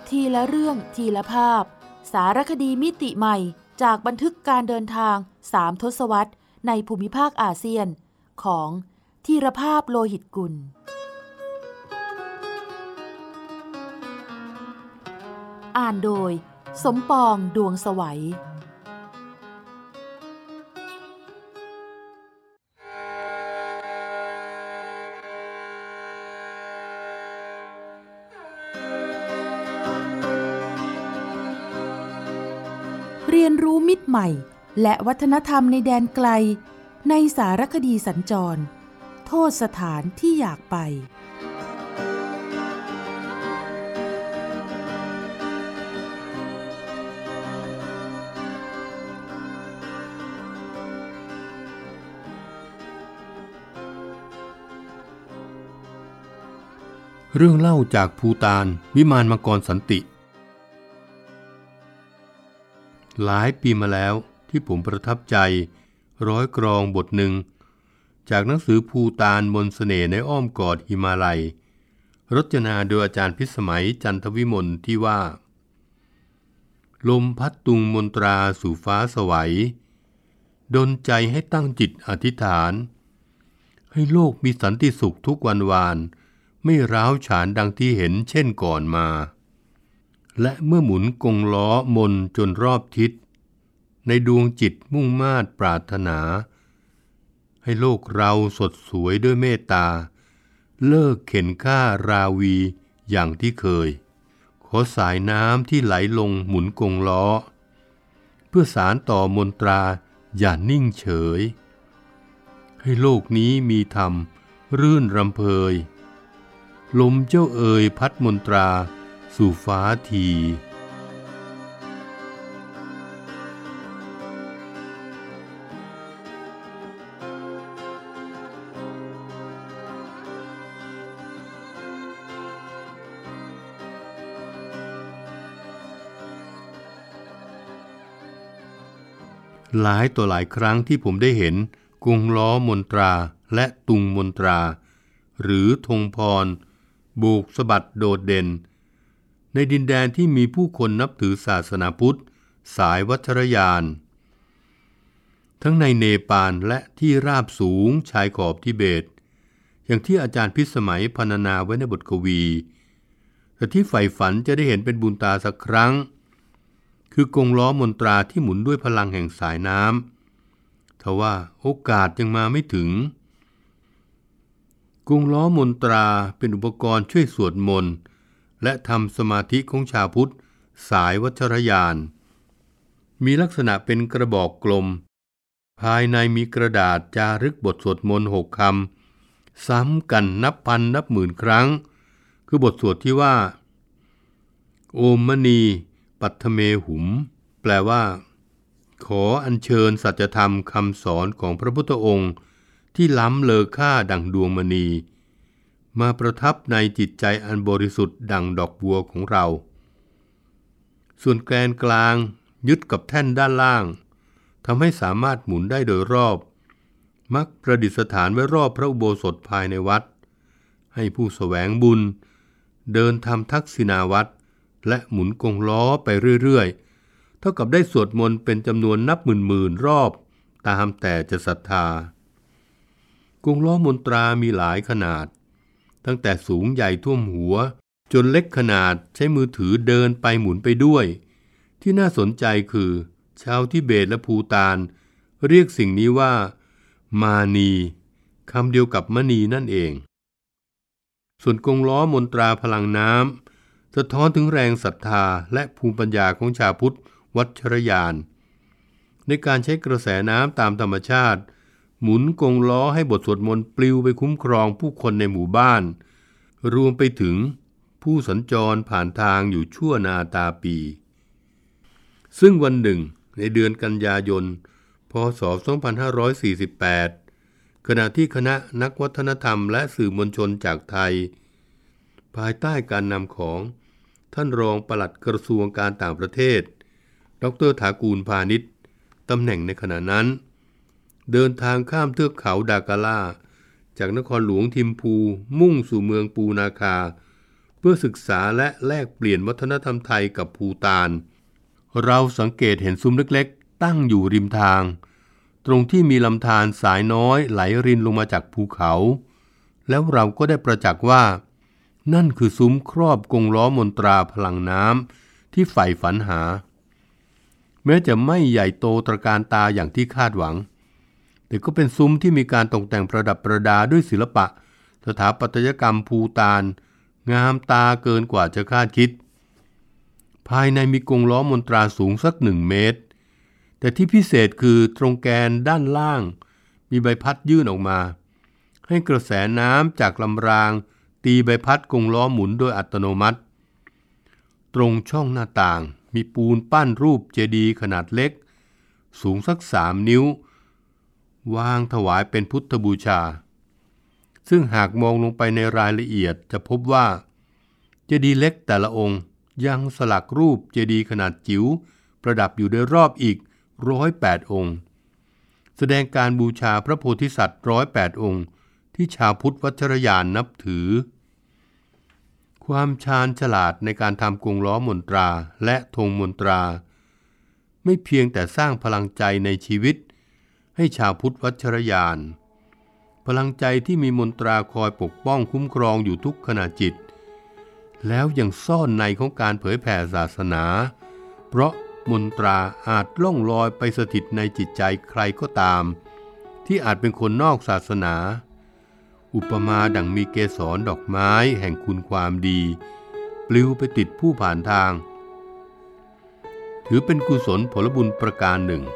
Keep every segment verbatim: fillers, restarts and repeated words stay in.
ทีละเรื่องทีละภาพสารคดีมิติใหม่จากบันทึกการเดินทางสามทศวรรษในภูมิภาคอาเซียนของธีรภาพโลหิตกุลอ่านโดยสมปองดวงไสวเรียนรู้มิตรใหม่และวัฒนธรรมในแดนไกลในสารคดีสัญจรโทษสถานที่อยากไปเรื่องเล่าจากภูฏานวิมานมังกรสันติหลายปีมาแล้วที่ผมประทับใจร้อยกรองบทหนึ่งจากหนังสือภูฏานมนต์เสน่ห์ในอ้อมกอดหิมาลัยรจนาโดยอาจารย์พิสมัยจันทวิมลที่ว่าลมพัดตุงมนตราสู่ฟ้าสวัยดลใจให้ตั้งจิตอธิษฐานให้โลกมีสันติสุขทุกวันวานไม่ร้าวฉานดังที่เห็นเช่นก่อนมาและเมื่อหมุนกงล้อมนจนรอบทิศในดวงจิตมุ่งมา่ปรารถนาให้โลกเราสดสวยด้วยเมตตาเลิกเข็นฆ่าราวีอย่างที่เคยขอสายน้ำที่ไหลลงหมุนกงล้อเพื่อสารต่อมนตราอย่านิ่งเฉยให้โลกนี้มีธรรมรื่นรำเพยลมเจ้าเอ๋ยพัดมนตราสู่ฟ้าทีหลายต่อหลายครั้งที่ผมได้เห็นกงล้อมนตราและตุงมนตราหรือธงพรโบกสะบัดโดดเด่นในดินแดนที่มีผู้คนนับถือศาสนาพุทธสายวัชรยานทั้งในเนปาลและที่ราบสูงชายขอบทิเบตอย่างที่อาจารย์พิสมัยพรรณนาไว้ในบทกวีแต่ที่ใฝ่ฝันจะได้เห็นเป็นบุญตาสักครั้งคือกงล้อมนตราที่หมุนด้วยพลังแห่งสายน้ำทว่าโอกาสยังมาไม่ถึงกงล้อมนตราเป็นอุปกรณ์ช่วยสวดมนต์และทำสมาธิของชาวพุทธสายวัชรยานมีลักษณะเป็นกระบอกกลมภายในมีกระดาษจารึกบทสวดมนต์หกคำซ้ำกันนับพันนับหมื่นครั้งคือบทสวดที่ว่าโอมมณีปัทเมหุมแปลว่าขออัญเชิญสัจธรรมคำสอนของพระพุทธองค์ที่ล้ำเลอค่าดั่งดวงมณีมาประทับในจิตใจอันบริสุทธิ์ดั่งดอกบัวของเราส่วนแกนกลางยึดกับแท่นด้านล่างทำให้สามารถหมุนได้โดยรอบมักประดิษฐานไว้รอบพระอุโบสถภายในวัดให้ผู้แสวงบุญเดินทำทักษิณาวัตรและหมุนกงล้อไปเรื่อยๆเท่ากับได้สวดมนต์เป็นจำนวนนับหมื่นๆรอบตามแต่จะศรัทธากงล้อมนตรามีหลายขนาดตั้งแต่สูงใหญ่ท่วมหัวจนเล็กขนาดใช้มือถือเดินไปหมุนไปด้วยที่น่าสนใจคือชาวทิเบตและภูฏานเรียกสิ่งนี้ว่ามานีคำเดียวกับมณีนั่นเองส่วนกงล้อมนตราพลังน้ำสะท้อนถึงแรงศรัทธาและภูมิปัญญาของชาวพุทธวัชรยานในการใช้กระแสน้ำตามธรรมชาติหมุนกงล้อให้บทสวดมนต์ปลิวไปคุ้มครองผู้คนในหมู่บ้านรวมไปถึงผู้สัญจรผ่านทางอยู่ชั่วนาตาปีซึ่งวันหนึ่งในเดือนกันยายนพ.ศ. สองพันห้าร้อยสี่สิบแปดขณะที่คณะนักวัฒนธรรมและสื่อมวลชนจากไทยภายใต้การนำของท่านรองปลัดกระทรวงการต่างประเทศดร.ถากูลพาณิชย์ตำแหน่งในขณะนั้นเดินทางข้ามเทือกเขาดากาล่าจากนครหลวงทิมพูมุ่งสู่เมืองปูนาคาเพื่อศึกษาและแลกเปลี่ยนวัฒนธรรมไทยกับภูฏานเราสังเกตเห็นซุ้มเล็กๆตั้งอยู่ริมทางตรงที่มีลำธารสายน้อยไหลรินลงมาจากภูเขาแล้วเราก็ได้ประจักษ์ว่านั่นคือซุ้มครอบกงล้อมนตราพลังน้ำที่ใฝ่ฝันหาแม้จะไม่ใหญ่โตตระการตาอย่างที่คาดหวังแต่ก็เป็นซุ้มที่มีการตกแต่งประดับประดาด้วยศิลปะสถาปัตยกรรมภูฏานงามตาเกินกว่าจะคาดคิดภายในมีกงล้อมนตราสูงสักหนึ่งเมตรแต่ที่พิเศษคือตรงแกนด้านล่างมีใบพัดยื่นออกมาให้กระแสน้ำจากลำรางตีใบพัดกงล้อหมุนโดยอัตโนมัติตรงช่องหน้าต่างมีปูนปั้นรูปเจดีย์ขนาดเล็กสูงสักสามนิ้ววางถวายเป็นพุทธบูชาซึ่งหากมองลงไปในรายละเอียดจะพบว่าเจดีย์เล็กแต่ละองค์ยังสลักรูปเจดีย์ขนาดจิ๋วประดับอยู่โดยรอบอีกร้อยแปดองค์แสดงการบูชาพระโพธิสัตว์ร้อยแปดองค์ที่ชาวพุทธวัชรยานนับถือความชาญฉลาดในการทำกงล้อมนตราและธงมนตราไม่เพียงแต่สร้างพลังใจในชีวิตให้ชาวพุทธวัชรยานพลังใจที่มีมนตราคอยปกป้องคุ้มครองอยู่ทุกขณะจิตแล้วยังซ่อนในของการเผยแผ่ศาสนาเพราะมนตราอาจล่องลอยไปสถิตในจิตใจใครก็ตามที่อาจเป็นคนนอกศาสนาอุปมาดั่งมีเกสรดอกไม้แห่งคุณความดีปลิวไปติดผู้ผ่านทางถือเป็นกุศลผลบุญประการหนึ่ง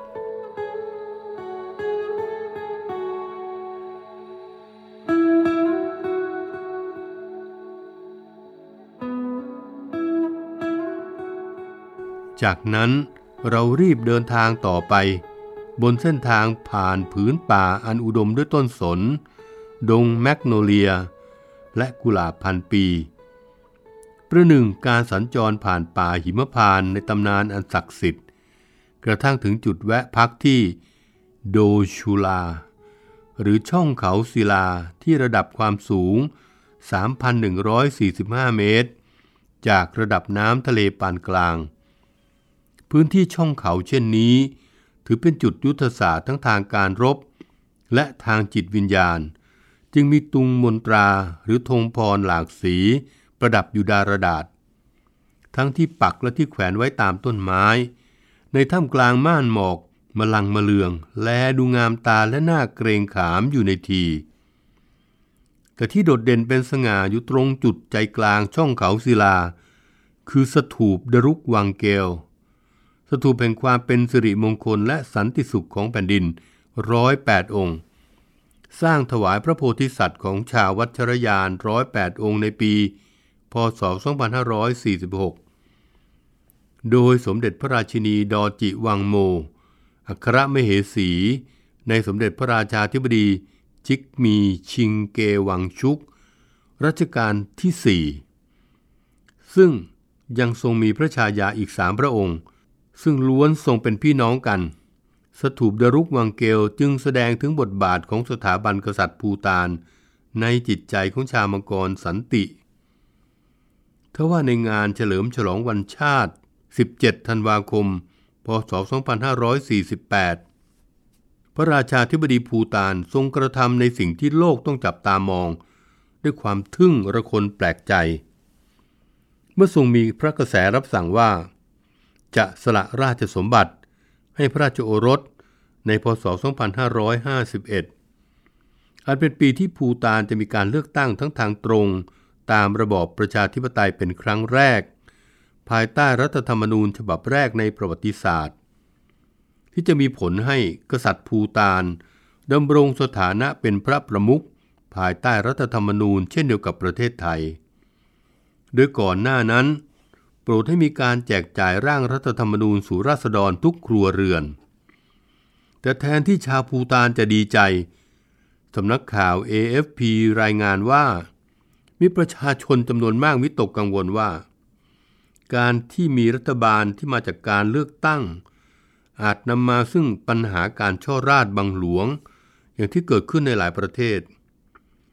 จากนั้นเรารีบเดินทางต่อไปบนเส้นทางผ่านผืนป่าอันอุดมด้วยต้นสนดงแมกโนเลียและกุหลาบพันปีประหนึ่งการสัญจรผ่านป่าหิมพานต์ในตำนานอันศักดิ์สิทธิ์กระทั่งถึงจุดแวะพักที่โดชูลาหรือช่องเขาศิลาที่ระดับความสูง สามพันหนึ่งร้อยสี่สิบห้า เมตรจากระดับน้ำทะเลปานกลางพื้นที่ช่องเขาเช่นนี้ถือเป็นจุดยุทธศาสตร์ทั้งทางการรบและทางจิตวิญญาณจึงมีตุงมนตราหรือธงพรหลากสีประดับอยู่ดารดาษทั้งที่ปักและที่แขวนไว้ตามต้นไม้ในท่ามกลางม่านหมอกมลังมะเลืองแลดูงามตาและน่าเกรงขามอยู่ในทีแต่ที่โดดเด่นเป็นสง่าอยู่ตรงจุดใจกลางช่องเขาศิลาคือสถูปดรุกวังเกลสถูปแห่งความเป็นสิริมงคลและสันติสุขของแผ่นดินร้อยแปดองค์สร้างถวายพระโพธิสัตว์ของชาววัชรยานร้อยแปดองค์ในปีพ.ศ. สองพันห้าร้อยสี่สิบหกโดยสมเด็จพระราชินีดอจิวังโมอัครมเหสีในสมเด็จพระราชาธิบดีจิกมีชิงเกวังชุกรัชกาลที่สี่ซึ่งยังทรงมีพระชายาอีกสามพระองค์ซึ่งล้วนทรงเป็นพี่น้องกันสถูปดรุกวังเกลจึงแสดงถึงบทบาทของสถาบันกษัตริย์ภูฏานในจิตใจของชาวมังกรสันติทว่าในงานเฉลิมฉลองวันชาติสิบเจ็ดธันวาคมพ.ศ. สองพันห้าร้อยสี่สิบแปดพระราชาธิบดีภูฏานทรงกระทำในสิ่งที่โลกต้องจับตามองด้วยความทึ่งระคนแปลกใจเมื่อทรงมีพระกระแสรับสั่งว่าจะสละราชสมบัติให้พระราชโอรสในพ.ศ. สองพันห้าร้อยห้าสิบเอ็ดอาจเป็นปีที่ภูฏานจะมีการเลือกตั้งทั้งทางตรงตามระบอบประชาธิปไตยเป็นครั้งแรกภายใต้รัฐธรรมนูญฉบับแรกในประวัติศาสตร์ที่จะมีผลให้กษัตริย์ภูฏานดำรงสถานะเป็นพระประมุขภายใต้รัฐธรรมนูญเช่นเดียวกับประเทศไทยโดยก่อนหน้านั้นโปรดให้มีการแจกจ่ายร่างรัฐธรรมนูญสู่ราษฎรทุกครัวเรือนแต่แทนที่ชาวภูฏานจะดีใจสำนักข่าว เอ เอฟ พี รายงานว่ามีประชาชนจำนวนมากวิตกกังวลว่าการที่มีรัฐบาลที่มาจากการเลือกตั้งอาจนำมาซึ่งปัญหาการช่อราชบังหลวงอย่างที่เกิดขึ้นในหลายประเทศใน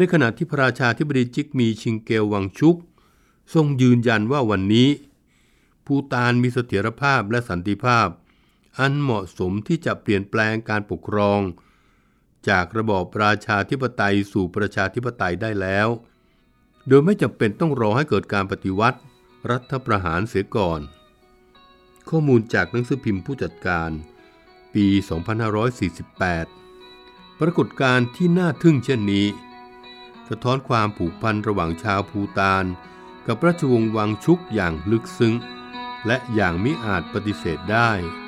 ขณะที่พระราชาธิบดีจิกมีชิงเกลวังชุกทรงยืนยันว่าวันนี้ภูฏานมีเสถียรภาพและสันติภาพอันเหมาะสมที่จะเปลี่ยนแปลงการปกครองจากระบอบราชาธิปไตยสู่ประชาธิปไตยได้แล้วโดยไม่จำเป็นต้องรอให้เกิดการปฏิวัติรัฐประหารเสียก่อนข้อมูลจากหนังสือพิมพ์ผู้จัดการปี สองพันห้าร้อยสี่สิบแปด ปรากฏการณ์ที่น่าทึ่งเช่นนี้สะท้อนความผูกพันระหว่างชาวภูฏานกับราชวงศ์วังชุกอย่างลึกซึ้งและอย่างมิอาจปฏิเสธได้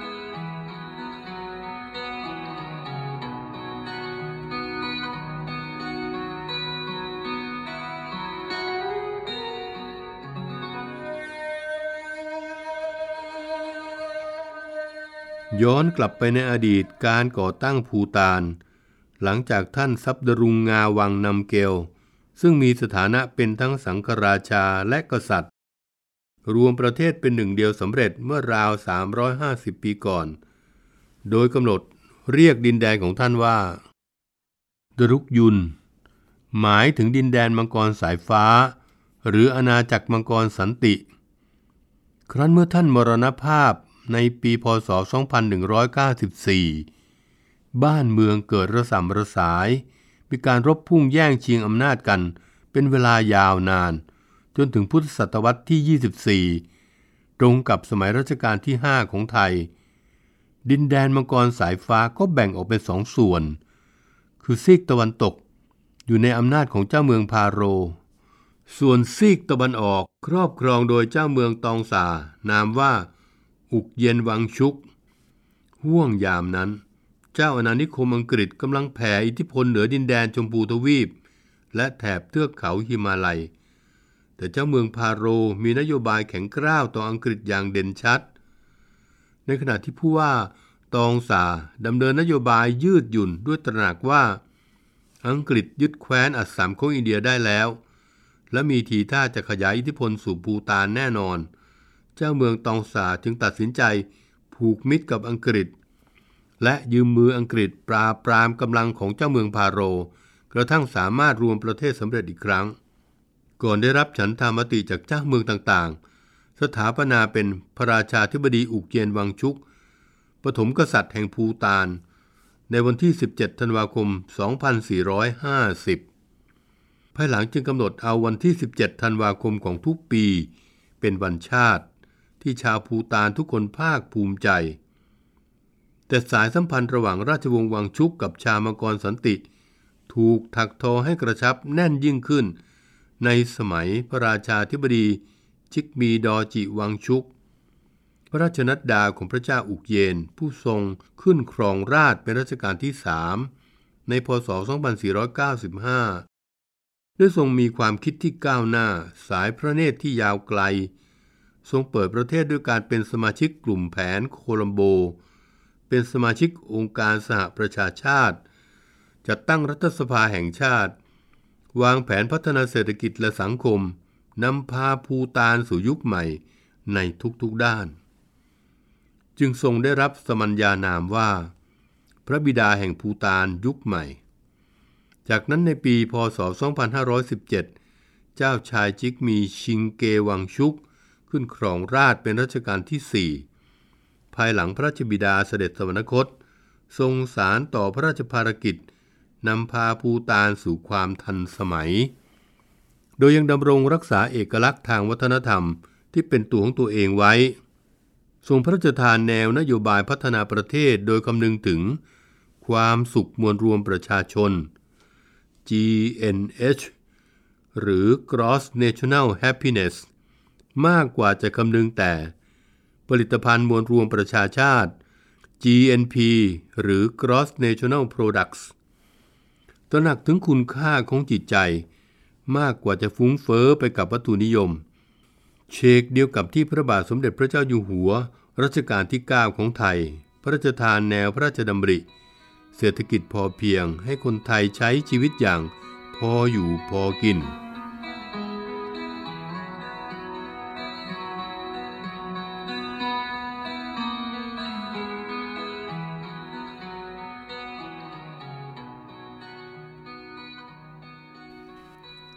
ย้อนกลับไปในอดีตการก่อตั้งภูฏานหลังจากท่านซับดรุงงาวังนำเกลซึ่งมีสถานะเป็นทั้งสังฆราชาและกษัตริย์รวมประเทศเป็นหนึ่งเดียวสำเร็จเมื่อราวสามร้อยห้าสิบปีก่อนโดยกำหนดเรียกดินแดนของท่านว่าดรุกยุนหมายถึงดินแดนมังกรสายฟ้าหรืออาณาจักรมังกรสันติครั้นเมื่อท่านมรณภาพในปีพ.ศ. สองพันหนึ่งร้อยเก้าสิบสี่ บ้านเมืองเกิดระส่ำระสายมีการรบพุ่งแย่งชิงอำนาจกันเป็นเวลายาวนานจนถึงพุทธศตวรรษที่ ยี่สิบสี่ ตรงกับสมัยรัชกาลที่ ห้า ของไทยดินแดนมังกรสายฟ้าก็แบ่งออกเป็นสองส่วนคือซีกตะวันตกอยู่ในอำนาจของเจ้าเมืองพาโรส่วนซีกตะวันออกครอบครองโดยเจ้าเมืองตองซานามว่าอุกเย็นวังชุกห่วงยามนั้นเจ้าอาณานิคมอังกฤษกำลังแผ่อิทธิพลเหนือดินแดนชมพูทวีปและแถบเทือกเขาหิมาลัยแต่เจ้าเมืองพาโรมีนโยบายแข็งกร้าวต่ออังกฤษอย่างเด่นชัดในขณะที่ผู้ว่าตองซาดำเนินนโยบายยืดหยุ่นด้วยตระหนักว่าอังกฤษยึดแคว้นอัสสัมของอินเดียได้แล้วและมีทีท่าจะขยายอิทธิพลสู่ภูฏานแน่นอนเจ้าเมืองตองซาจึงตัดสินใจผูกมิตรกับอังกฤษและยืมมืออังกฤษปราบปรามกำลังของเจ้าเมืองพาโรกระทั่งสามารถรวมประเทศสำเร็จอีกครั้งก่อนได้รับฉันทามติจากเจ้าเมืองต่างๆสถาปนาเป็นพระราชาธิบดีอุกเย็นวังชุกปฐมกษัตริย์แห่งภูฏานในวันที่สิบเจ็ดธันวาคมสองพันสี่ร้อยห้าสิบภายหลังจึงกำหนดเอาวันที่สิบเจ็ดธันวาคมของทุกปีเป็นวันชาติที่ชาวภูฏานทุกคนภาคภูมิใจแต่สายสัมพันธ์ระหว่างราชวงศ์วังชุกกับชาวมังกรสันติถูกถักทอให้กระชับแน่นยิ่งขึ้นในสมัยพระราชาธิบดีจิกมีดอจิวังชุกพระราชนัดดาของพระเจ้าอุกเยนผู้ทรงขึ้นครองราชย์เป็นรัชกาลที่สามในพ.ศ. สองพันสี่ร้อยเก้าสิบห้าได้ทรงมีความคิดที่ก้าวหน้าสายพระเนตรที่ยาวไกลทรงเปิดประเทศด้วยการเป็นสมาชิกกลุ่มแผนโคลัมโบเป็นสมาชิกองค์การสหประชาชาติจัดตั้งรัฐสภาแห่งชาติวางแผนพัฒนาเศรษฐกิจและสังคมนำพาภูฏานสู่ยุคใหม่ในทุกๆด้านจึงทรงได้รับสมัญญานามว่าพระบิดาแห่งภูฏานยุคใหม่จากนั้นในปีพ.ศ. สองพันห้าร้อยสิบเจ็ดเจ้าชายจิกมีชิงเกวังชุกขึ้นครองราชย์เป็นรัชกาลที่สี่ภายหลังพระราชบิดาเสด็จสวรรคตทรงสานต่อพระราชภารกิจนำพาภูฏานสู่ความทันสมัยโดยยังดำรงรักษาเอกลักษณ์ทางวัฒนธรรมที่เป็นตัวของตัวเองไว้ทรงพระราชทานแนวนโยบายพัฒนาประเทศโดยคำนึงถึงความสุขมวลรวมประชาชน จี เอ็น เอช หรือ Gross National Happiness มากกว่าจะคำนึงแต่ผลิตภัณฑ์มวลรวมประชาชาติ จี เอ็น พี หรือ Gross National Products ตระหนักถึงคุณค่าของจิตใจมากกว่าจะฟุ้งเฟ้อไปกับวัตถุนิยมเชกเดียวกับที่พระบาทสมเด็จพระเจ้าอยู่หัวรัชกาลที่เก้าของไทยพระราชทานแนวพระราชดำริเศรษฐกิจพอเพียงให้คนไทยใช้ชีวิตอย่างพออยู่พอกิน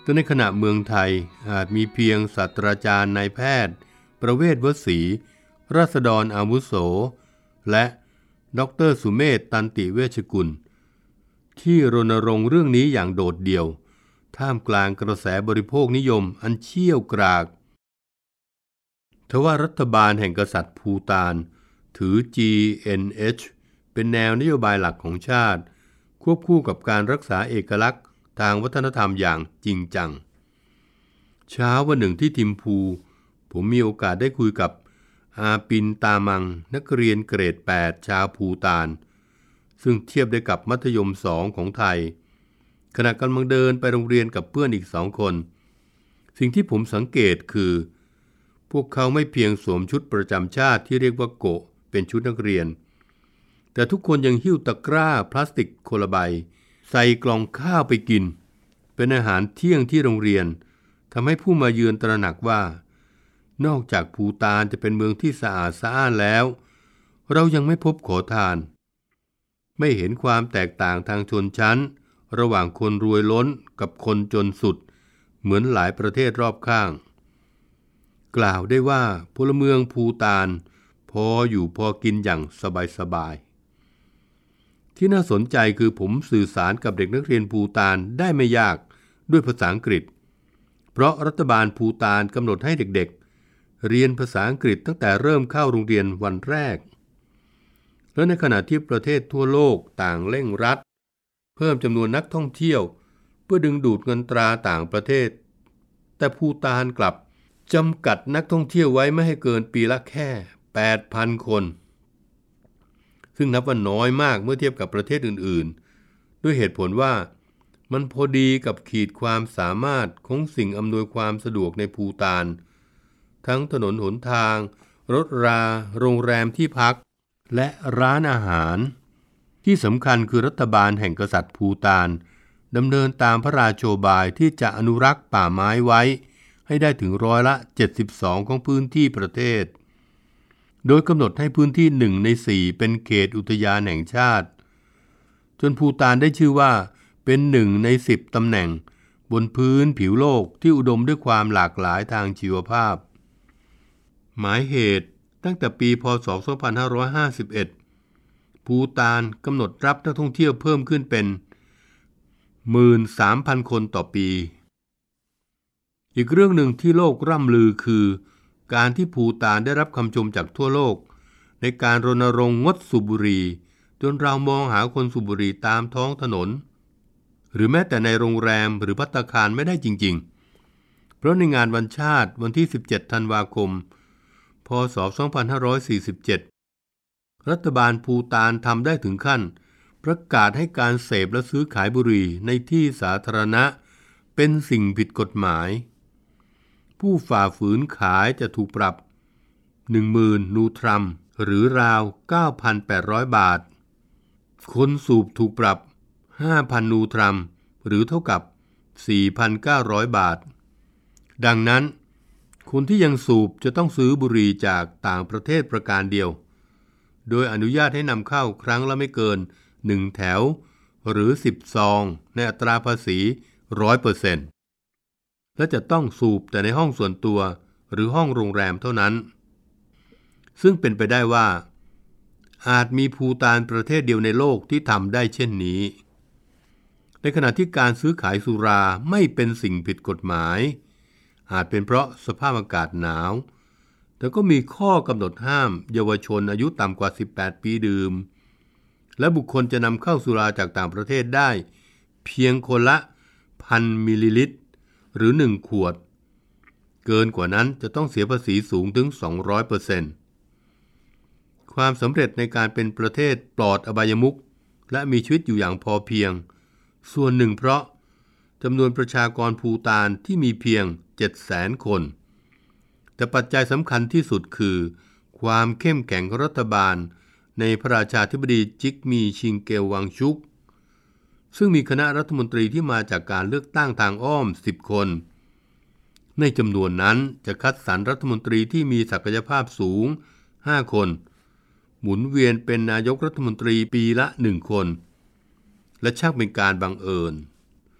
แต่ในขณะเมืองไทยอาจมีเพียงศาสตราจารย์นายแพทย์ประเวศวสีราษฎรอาวุโสและดรสุเมธตันติเวชกุลที่รณรงค์เรื่องนี้อย่างโดดเดี่ยวท่ามกลางกระแสบริโภคนิยมอันเชี่ยวกรากทว่ารัฐบาลแห่งกษัตริย์ภูฏานถือ จี เอ็น เอช เป็นแนวนโยบายหลักของชาติควบคู่กับการรักษาเอกลักษณ์ทางวัฒนธรรมอย่างจริงจังเช้าวันหนึ่งที่ทิมพูผมมีโอกาสได้คุยกับอาปินตามังนักเรียนเกรดแปดชาวภูฏานซึ่งเทียบได้กับมัธยมสองของไทยขณะกำลังเดินไปโรงเรียนกับเพื่อนอีกสองคนสิ่งที่ผมสังเกตคือพวกเขาไม่เพียงสวมชุดประจำชาติที่เรียกว่าโกะเป็นชุดนักเรียนแต่ทุกคนยังหิ้วตะกร้าพลาสติกคนละใบใส่กล่องข้าวไปกินเป็นอาหารเที่ยงที่โรงเรียนทำให้ผู้มาเยือนตระหนักว่านอกจากภูฏานจะเป็นเมืองที่สะอาดสะอ้านแล้วเรายังไม่พบขอทานไม่เห็นความแตกต่างทางชนชั้นระหว่างคนรวยล้นกับคนจนสุดเหมือนหลายประเทศรอบข้างกล่าวได้ว่าพลเมืองภูฏานพออยู่พอกินอย่างสบายๆที่น่าสนใจคือผมสื่อสารกับเด็กนักเรียนภูฏานได้ไม่ยากด้วยภาษาอังกฤษเพราะรัฐบาลภูฏานกำหนดให้เด็กๆเรียนภาษาอังกฤษตั้งแต่เริ่มเข้าโรงเรียนวันแรกและในขณะที่ประเทศทั่วโลกต่างเร่งรัดเพิ่มจำนวนนักท่องเที่ยวเพื่อดึงดูดเงินตราต่างประเทศแต่ภูฏานกลับจำกัดนักท่องเที่ยวไว้ไม่ให้เกินปีละแค่ แปดพัน คนซึ่งนับว่าน้อยมากเมื่อเทียบกับประเทศอื่นๆด้วยเหตุผลว่ามันพอดีกับขีดความสามารถของสิ่งอำนวยความสะดวกในภูฏานทั้งถนนหนทางรถราโรงแรมที่พักและร้านอาหารที่สำคัญคือรัฐบาลแห่งกษัตริย์ภูฏานดำเนินตามพระราโชบายที่จะอนุรักษ์ป่าไม้ไว้ให้ได้ถึงร้อยละเจ็ดสิบสองของพื้นที่ประเทศโดยกำหนดให้พื้นที่หนึ่งในสี่เป็นเขตอุทยานแห่งชาติจนภูฏานได้ชื่อว่าเป็นหนึ่งในสิบตำแหน่งบนพื้นผิวโลกที่อุดมด้วยความหลากหลายทางชีวภาพหมายเหตุตั้งแต่ปีพ.ศ. สองพันห้าร้อยห้าสิบเอ็ดภูฏานกำหนดรับนักท่องเที่ยวเพิ่มขึ้นเป็น หนึ่งหมื่นสามพัน คนต่อปีอีกเรื่องหนึ่งที่โลกร่ำลือคือการที่ภูฏานได้รับคำชมจากทั่วโลกในการรณรงค์งดสูบบุหรี่จนเรามองหาคนสูบบุหรี่ตามท้องถนนหรือแม้แต่ในโรงแรมหรือภัตตาคารไม่ได้จริงๆเพราะในงานวันชาติวันที่สิบเจ็ดธันวาคมพ.ศ. สองพันห้าร้อยสี่สิบเจ็ดรัฐบาลภูฏานทำได้ถึงขั้นประกาศให้การเสพและซื้อขายบุหรี่ในที่สาธารณะเป็นสิ่งผิดกฎหมายผู้ฝ่าฝืนขายจะถูกปรับ หนึ่งหมื่น นูทรัมหรือราว เก้าพันแปดร้อย บาทคนสูบถูกปรับ ห้าพัน นูทรัมหรือเท่ากับ สี่พันเก้าร้อย บาทดังนั้นคนที่ยังสูบจะต้องซื้อบุหรี่จากต่างประเทศประการเดียวโดยอนุญาตให้นำเข้าครั้งละไม่เกินหนึ่งแถวหรือสิบซองในอัตราภาษี หนึ่งร้อยเปอร์เซ็นต์ และจะต้องสูบแต่ในห้องส่วนตัวหรือห้องโรงแรมเท่านั้นซึ่งเป็นไปได้ว่าอาจมีภูฏานประเทศเดียวในโลกที่ทำได้เช่นนี้ในขณะที่การซื้อขายสุราไม่เป็นสิ่งผิดกฎหมายอาจเป็นเพราะสภาพอากาศหนาวแต่ก็มีข้อกำหนดห้ามเยาวชนอายุต่ำกว่าสิบแปดปีดื่มและบุคคลจะนำเข้าสุราจากต่างประเทศได้เพียงคนละ หนึ่งพัน มิลลิลิตรหรือหนึ่งขวดเกินกว่านั้นจะต้องเสียภาษีสูงถึง สองร้อยเปอร์เซ็นต์ ความสำเร็จในการเป็นประเทศปลอดอบายมุขและมีชีวิตอยู่อย่างพอเพียงส่วนหนึ่งเพราะจำนวนประชากรภูฏานที่มีเพียง เจ็ดแสน คนแต่ปัจจัยสำคัญที่สุดคือความเข้มแข็งของรัฐบาลในพระราชาธิบดีจิกมีชิงเกลวังชุกซึ่งมีคณะรัฐมนตรีที่มาจากการเลือกตั้งทางอ้อมสิบคนในจำนวนนั้นจะคัดสรรรัฐมนตรีที่มีศักยภาพสูงห้าคนหมุนเวียนเป็นนายกรัฐมนตรีปีละหนึ่งคนและช่างเป็นการบังเอิญใน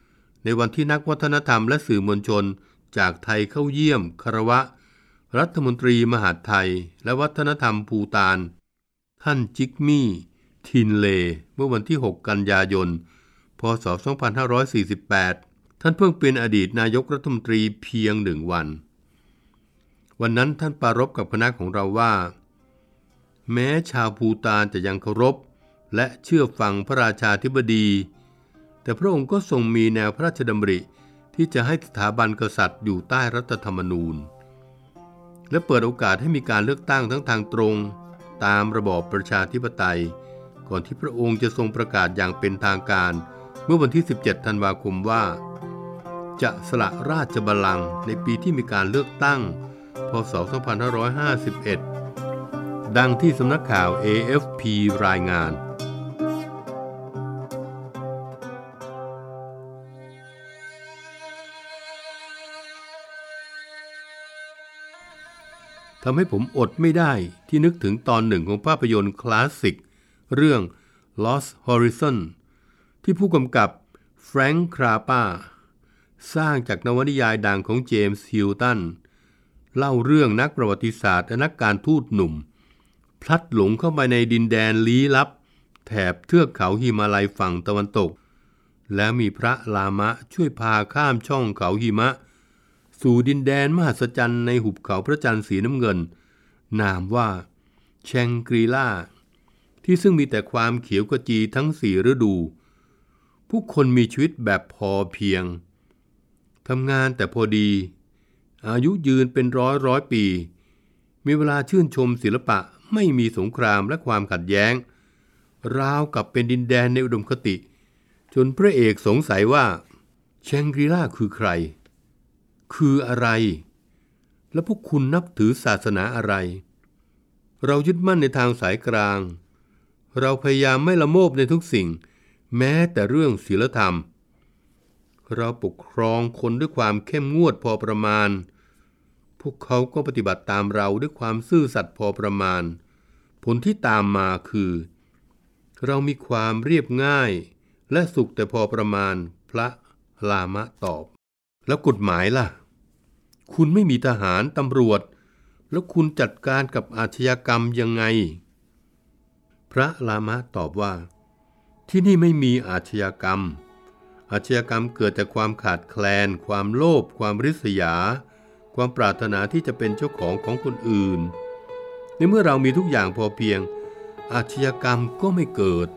ในวันที่นักวัฒนธรรมและสื่อมวลชนจากไทยเข้าเยี่ยมคารวะรัฐมนตรีมหาดไทยและวัฒนธรรมภูฏานท่านจิกมี่ทินเลเมื่อวันที่หกกันยายนพ.ศ. สองพันห้าร้อยสี่สิบแปดท่านเพิ่งเป็นอดีตนายกรัฐมนตรีเพียงหนึ่งวันวันนั้นท่านปรารภกับคณะของเราว่าแม้ชาวภูฏานจะยังเคารพและเชื่อฟังพระราชาธิบดีแต่พระองค์ก็ทรงมีแนวพระราชดำริที่จะให้สถาบันกษัตริย์อยู่ใต้รัฐธรรมนูญและเปิดโอกาสให้มีการเลือกตั้งทั้งทางตรงตามระบอบประชาธิปไตยก่อนที่พระองค์จะทรงประกาศอย่างเป็นทางการเมื่อวันที่สิบเจ็ดธันวาคมว่าจะสละราชบัลลังก์ในปีที่มีการเลือกตั้งพ.ศ. สองพันห้าร้อยห้าสิบเอ็ดดังที่สำนักข่าว เอ เอฟ พี รายงานทำให้ผมอดไม่ได้ที่นึกถึงตอนหนึ่งของภาพยนตร์คลาสสิกเรื่อง Lost Horizon ที่ผู้กำกับแฟรงค์ คราปาสร้างจากนวนิยายดังของเจมส์ ฮิลตันเล่าเรื่องนักประวัติศาสตร์และนักการทูตหนุ่มพลัดหลงเข้าไปในดินแดนลี้ลับแถบเทือกเขาหิมาลัยฝั่งตะวันตกและมีพระลามะช่วยพาข้ามช่องเขาหิมะสู่ดินแดนมหัศจรรย์ในหุบเขาพระจันทร์สีน้ำเงินนามว่าแชงกรีลาที่ซึ่งมีแต่ความเขียวขจีทั้งสี่ฤดูผู้คนมีชีวิตแบบพอเพียงทำงานแต่พอดีอายุยืนเป็นร้อยร้อยปีมีเวลาชื่นชมศิลปะไม่มีสงครามและความขัดแย้งราวกับเป็นดินแดนในอุดมคติจนพระเอกสงสัยว่าแชงกรีลาคือใครคืออะไรและพวกคุณนับถือศาสนาอะไรเรายึดมั่นในทางสายกลางเราพยายามไม่ละโมบในทุกสิ่งแม้แต่เรื่องศีลธรรมเราปกครองคนด้วยความเข้มงวดพอประมาณพวกเขาก็ปฏิบัติตามเราด้วยความซื่อสัตย์พอประมาณผลที่ตามมาคือเรามีความเรียบง่ายและสุขแต่พอประมาณพระลามะตอบแล้วกฎหมายล่ะคุณไม่มีทหารตำรวจแล้วคุณจัดการกับอาชญากรรมยังไงพระลามะตอบว่าที่นี่ไม่มีอาชญากรรมอาชญากรรมเกิดจากความขาดแคลนความโลภความริษยาความปรารถนาที่จะเป็นเจ้าของของคนอื่นในเมื่อเรามีทุกอย่างพอเพียงอาชญากรรมก็ไม่เกิด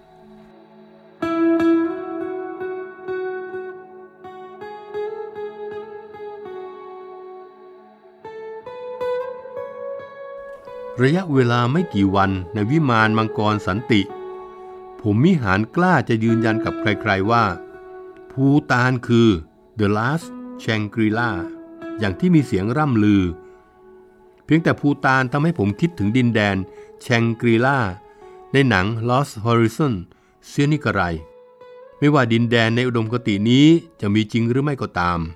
ระยะเวลาไม่กี่วันในวิมานมังกรสันติผมมิหารกล้าจะยืนยันกับใครๆว่าภูฏานคือ The Last Shangri-La อย่างที่มีเสียงร่ำลือเพียงแต่ภูฏานทำให้ผมคิดถึงดินแดนแชงกรีลาในหนัง Lost Horizon เสียนี่กระไรไม่ว่าดินแดนในอุดมคตินี้จะมีจริงหรือไม่ก็ตาม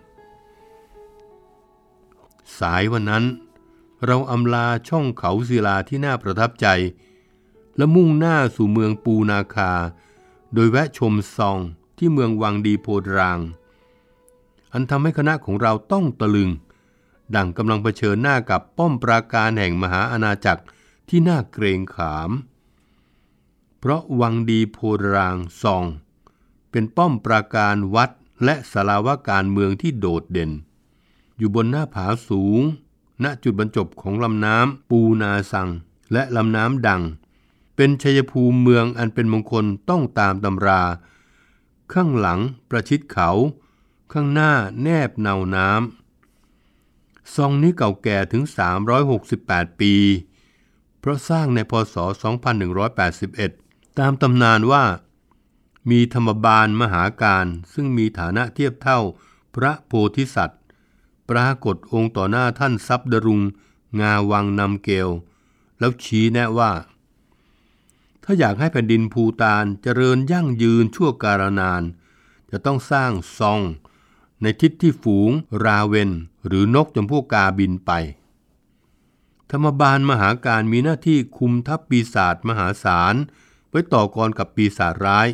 สายวันนั้นเราอำลาช่องเขาศิลาที่น่าประทับใจและมุ่งหน้าสู่เมืองปูนาคาโดยแวะชมซองที่เมืองวังดีโพดรางอันทำให้คณะของเราต้องตะลึงดั่งกำลังเผชิญหน้ากับป้อมปราการแห่งมหาอาณาจักรที่น่าเกรงขามเพราะวังดีโพดรางซองเป็นป้อมปราการวัดและศาลาว่าการเมืองที่โดดเด่นอยู่บนหน้าผาสูงณจุดบรรจบของลำน้ำปูนาซังและลำน้ำดังเป็นชัยภูมิเมืองอันเป็นมงคลต้องตามตำราข้างหลังประชิดเขาข้างหน้าแนบเนาน้ำซองนี้เก่าแก่ถึงสามร้อยหกสิบแปดปีเพราะสร้างในพ.ศ. สองพันหนึ่งร้อยแปดสิบเอ็ดตามตำนานว่ามีธรรมบาลมหาการซึ่งมีฐานะเทียบเท่าพระโพธิสัตว์ปรากฏองค์ต่อหน้าท่านซับดรุงงาวังนำเกลแล้วชี้แนะว่าถ้าอยากให้แผ่นดินภูฏานเจริญยั่งยืนชั่วกาลนานจะต้องสร้างซองในทิศที่ฝูงราเวนหรือนกจำพวกกาบินไปธรรมบาลมหาการมีหน้าที่คุมทัพปีศาจมหาศาลไว้ต่อกรกับปีศาจร้าย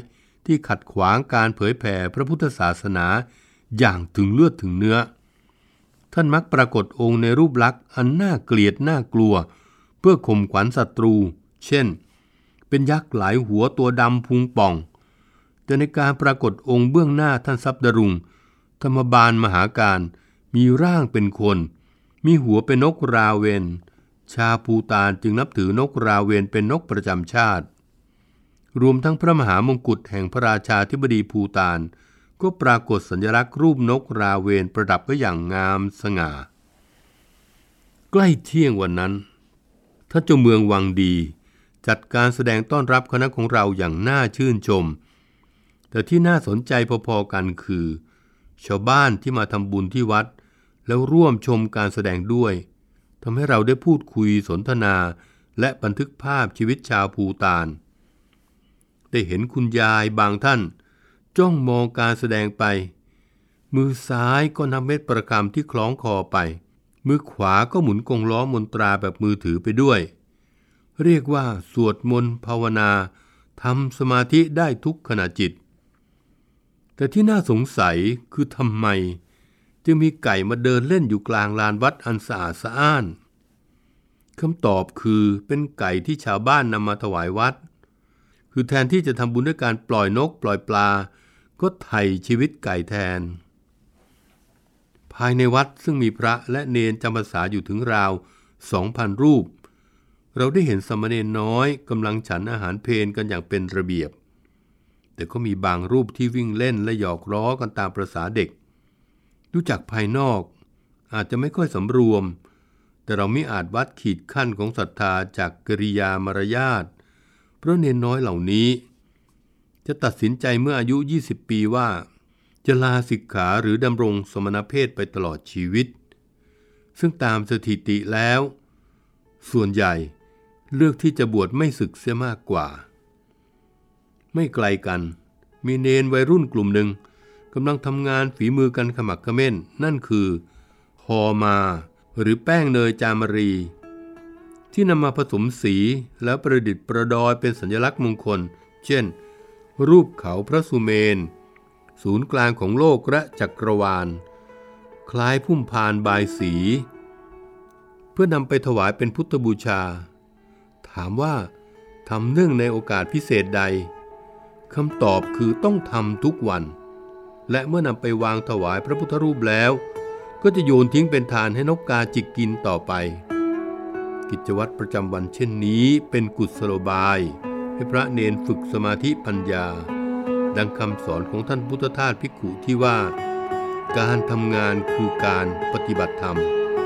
ที่ขัดขวางการเผยแผ่พระพุทธศาสนาอย่างถึงเลือดถึงเนื้อท่านมักปรากฏองค์ในรูปลักษณ์อันน่าเกลียดน่ากลัวเพื่อข่มขวัญศัตรูเช่นเป็นยักษ์หลายหัวตัวดำพุงป่องแต่ในการปรากฏองค์เบื้องหน้าท่านทรัพย์ดรุงธรรมบาลมหาการมีร่างเป็นคนมีหัวเป็นนกราเวนชาวภูฏานจึงนับถือนกราเวนเป็นนกประจำชาติรวมทั้งพระมหามงกุฎแห่งพระราชาธิบดีภูฏานก็ปรากฏสัญลักษณ์รูปนกราเวนประดับไว้อย่างงามสง่าใกล้เที่ยงวันนั้นท่านเจ้าเมืองวังดีจัดการแสดงต้อนรับคณะของเราอย่างน่าชื่นชมแต่ที่น่าสนใจพอๆกันคือชาวบ้านที่มาทำบุญที่วัดแล้วร่วมชมการแสดงด้วยทำให้เราได้พูดคุยสนทนาและบันทึกภาพชีวิตชาวภูฏานได้เห็นคุณยายบางท่านจ้องมองการแสดงไปมือซ้ายก็นำเม็ดประคำที่คล้องคอไปมือขวาก็หมุนกงล้อมนตราแบบมือถือไปด้วยเรียกว่าสวดมนต์ภาวนาทำสมาธิได้ทุกขณะจิตแต่ที่น่าสงสัยคือทำไมจึงมีไก่มาเดินเล่นอยู่กลางลานวัดอันสะอาดสะอ้านคำตอบคือเป็นไก่ที่ชาวบ้านนำมาถวายวัดคือแทนที่จะทำบุญด้วยการปล่อยนกปล่อยปลาก็ไถ่ชีวิตไก่แทนภายในวัดซึ่งมีพระและเณรจำพรรษาอยู่ถึงราว สองพัน รูปเราได้เห็นสามเณรน้อยกำลังฉันอาหารเพลกันอย่างเป็นระเบียบแต่ก็มีบางรูปที่วิ่งเล่นและหยอกล้อกันตามประสาเด็กดูจากภายนอกอาจจะไม่ค่อยสำรวมแต่เราไม่อาจวัดขีดขั้นของศรัทธาจากกิริยามารยาทเพราะเณรน้อยเหล่านี้จะตัดสินใจเมื่ออายุยี่สิบปีว่าจะลาสิกขาหรือดำรงสมณเพศไปตลอดชีวิตซึ่งตามสถิติแล้วส่วนใหญ่เลือกที่จะบวชไม่ศึกเสียมากกว่าไม่ไกลกันมีเณรวัยรุ่นกลุ่มหนึ่งกำลังทำงานฝีมือกันขมักเขม้นนั่นคือฮอมาหรือแป้งเนยจามรีที่นำมาผสมสีแล้วประดิษฐ์ประดอยเป็นสัญลักษณ์มงคลเช่นรูปเขาพระสุเมนศูนย์กลางของโลกและจักรวาลคล้ายพุ่มพานบายสีเพื่อนำไปถวายเป็นพุทธบูชาถามว่าทำเนื่องในโอกาสพิเศษใดคำตอบคือต้องทำทุกวันและเมื่อนำไปวางถวายพระพุทธรูปแล้วก็จะโยนทิ้งเป็นทานให้นกกาจิกกินต่อไปกิจวัตรประจำวันเช่นนี้เป็นกุศโลบายให้พระเณรฝึกสมาธิปัญญาดังคำสอนของท่านพุทธทาสภิกขุที่ว่าการทำงานคือการปฏิบัติธรรม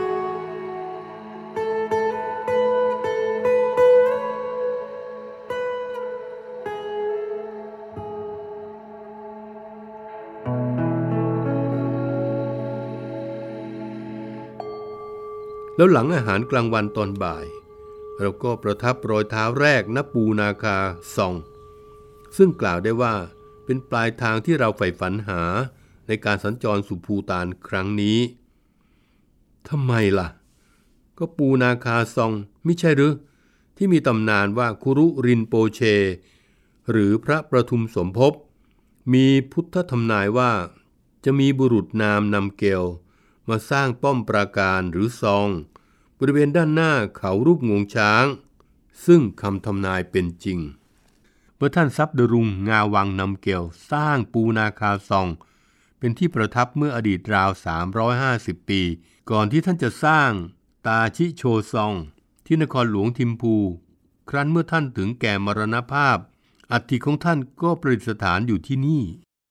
แล้วหลังอาหารกลางวันตอนบ่ายเราก็ประทับรอยเท้าแรกณปูนาคาซองซึ่งกล่าวได้ว่าเป็นปลายทางที่เราใฝ่ฝันหาในการสัญจรสู่ภูฏานครั้งนี้ทำไมล่ะก็ปูนาคาซองไม่ใช่หรือที่มีตำนานว่าคุรุรินโปเชหรือพระประทุมสมภพมีพุทธทำนายว่าจะมีบุรุษนามนำเกลมาสร้างป้อมปราการหรือซองบริเวณด้านหน้าเขารูปงวงช้างซึ่งคำทำนายเป็นจริงเมื่อท่านทรัพย์ดรุงงาวังนำเกลสร้างปูนาคาซองเป็นที่ประทับเมื่ออดีตราวสามร้อยห้าสิบปีก่อนที่ท่านจะสร้างตาชิโชซองที่นครหลวงทิมพูครั้นเมื่อท่านถึงแก่มรณภาพอัฐิของท่านก็ประดิษฐานอยู่ที่นี่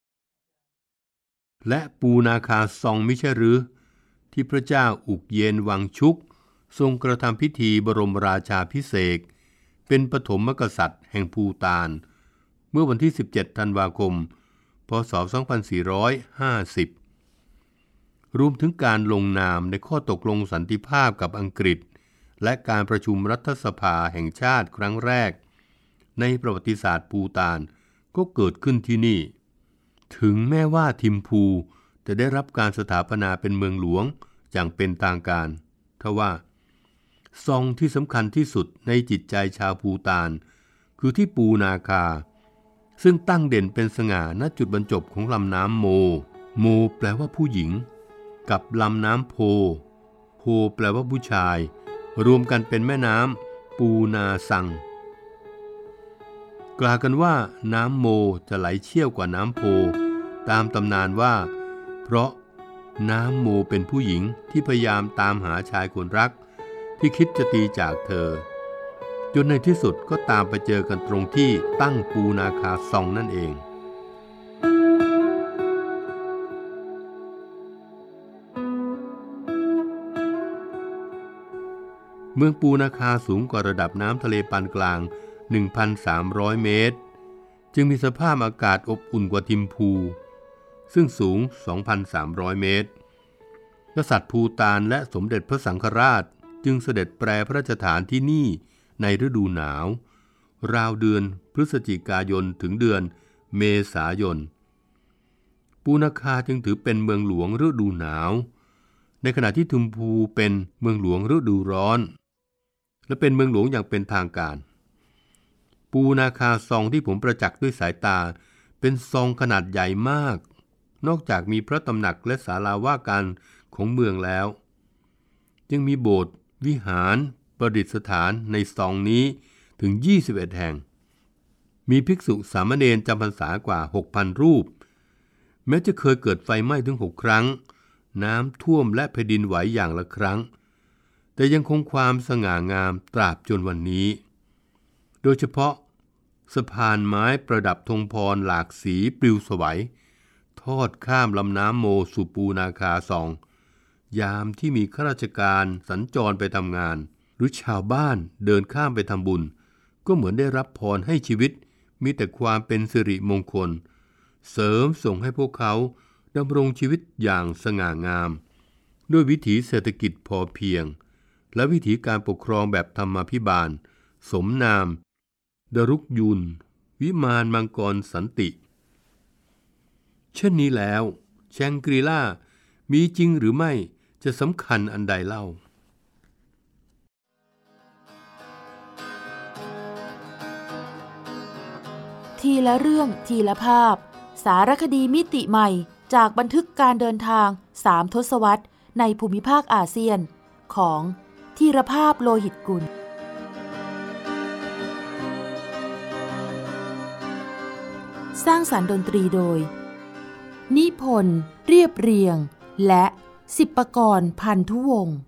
และปูนาคาซองไม่ใช่หรือที่พระเจ้าอุกเยนวังชุกทรงกระทำพิธีบรมราชาภิเษกเป็นปฐมกษัตริย์แห่งภูฏานเมื่อวันที่สิบเจ็ดธันวาคมพ.ศ. สองพันสี่ร้อยห้าสิบรวมถึงการลงนามในข้อตกลงสันติภาพกับอังกฤษและการประชุมรัฐสภาแห่งชาติครั้งแรกในประวัติศาสตร์ภูฏานก็เกิดขึ้นที่นี่ถึงแม้ว่าทิมพูจะได้รับการสถาปนาเป็นเมืองหลวงอย่างเป็นทางการทว่าซองที่สำคัญที่สุดในจิตใจชาวภูฏานคือที่ปูนาคาซึ่งตั้งเด่นเป็นสง่าณจุดบรรจบของลำน้ำโมโมแปลว่าผู้หญิงกับลำน้ำโพโพแปลว่าผู้ชายรวมกันเป็นแม่น้ำปูนาซังกล่าวกันว่าน้ำโมจะไหลเชี่ยวกว่าน้ำโพตามตำนานว่าเพราะน้ำโมเป็นผู้หญิงที่พยายามตามหาชายคนรักที่คิดจะตีจากเธอจนในที่สุดก็ตามไปเจอกันตรงที่ตั้งปูนาคาซองนั่นเองเมืองปูนาคาสูงกว่าระดับน้ำทะเลปานกลาง หนึ่งพันสามร้อย เมตรจึงมีสภาพอากาศอบอุ่นกว่าทิมพูซึ่งสูง สองพันสามร้อย เมตรกษัตริย์ภูฏานและสมเด็จพระสังฆราชจึงเสด็จแปรพระราชฐานที่นี่ในฤดูหนาวราวเดือนพฤศจิกายนถึงเดือนเมษายนปูนาคาจึงถือเป็นเมืองหลวงฤดูหนาวในขณะที่ทิมพูเป็นเมืองหลวงฤดูร้อนและเป็นเมืองหลวงอย่างเป็นทางการปูนาคาซองที่ผมประจักษ์ด้วยสายตาเป็นซองขนาดใหญ่มากนอกจากมีพระตำหนักและศาลาว่าการของเมืองแล้วยังมีโบสถ์วิหารประดิษฐานในซองนี้ถึงยี่สิบเอ็ดแห่งมีภิกษุสามเณรจำพรรษากว่า หกพัน รูปแม้จะเคยเกิดไฟไหม้ถึงหกครั้งน้ำท่วมและแผ่นดินไหวอย่างละครั้งแต่ยังคงความสง่างามตราบจนวันนี้โดยเฉพาะสะพานไม้ประดับธงพรหลากสีปลิวสวัยทอดข้ามลำน้ำโมสู่ปูนาคาซองยามที่มีข้าราชการสัญจรไปทำงานหรือชาวบ้านเดินข้ามไปทำบุญก็เหมือนได้รับพรให้ชีวิตมีแต่ความเป็นสิริมงคลเสริมส่งให้พวกเขาดำรงชีวิตอย่างสง่างามด้วยวิถีเศรษฐกิจพอเพียงและวิถีการปกครองแบบธรรมาภิบาลสมนามดรุกยุนวิมานมังกรสันติเช่นนี้แล้วแชงกรีล่ามีจริงหรือไม่จะสำคัญอันใดเล่าทีละเรื่องทีละภาพสารคดีมิติใหม่จากบันทึกการเดินทางสามทศวรรษในภูมิภาคอาเซียนของธีรภาพโลหิตกุลสร้างสรรค์ดนตรีโดยนิพนธ์เรียบเรียงและสิบปกรณ์พันธุวงศ์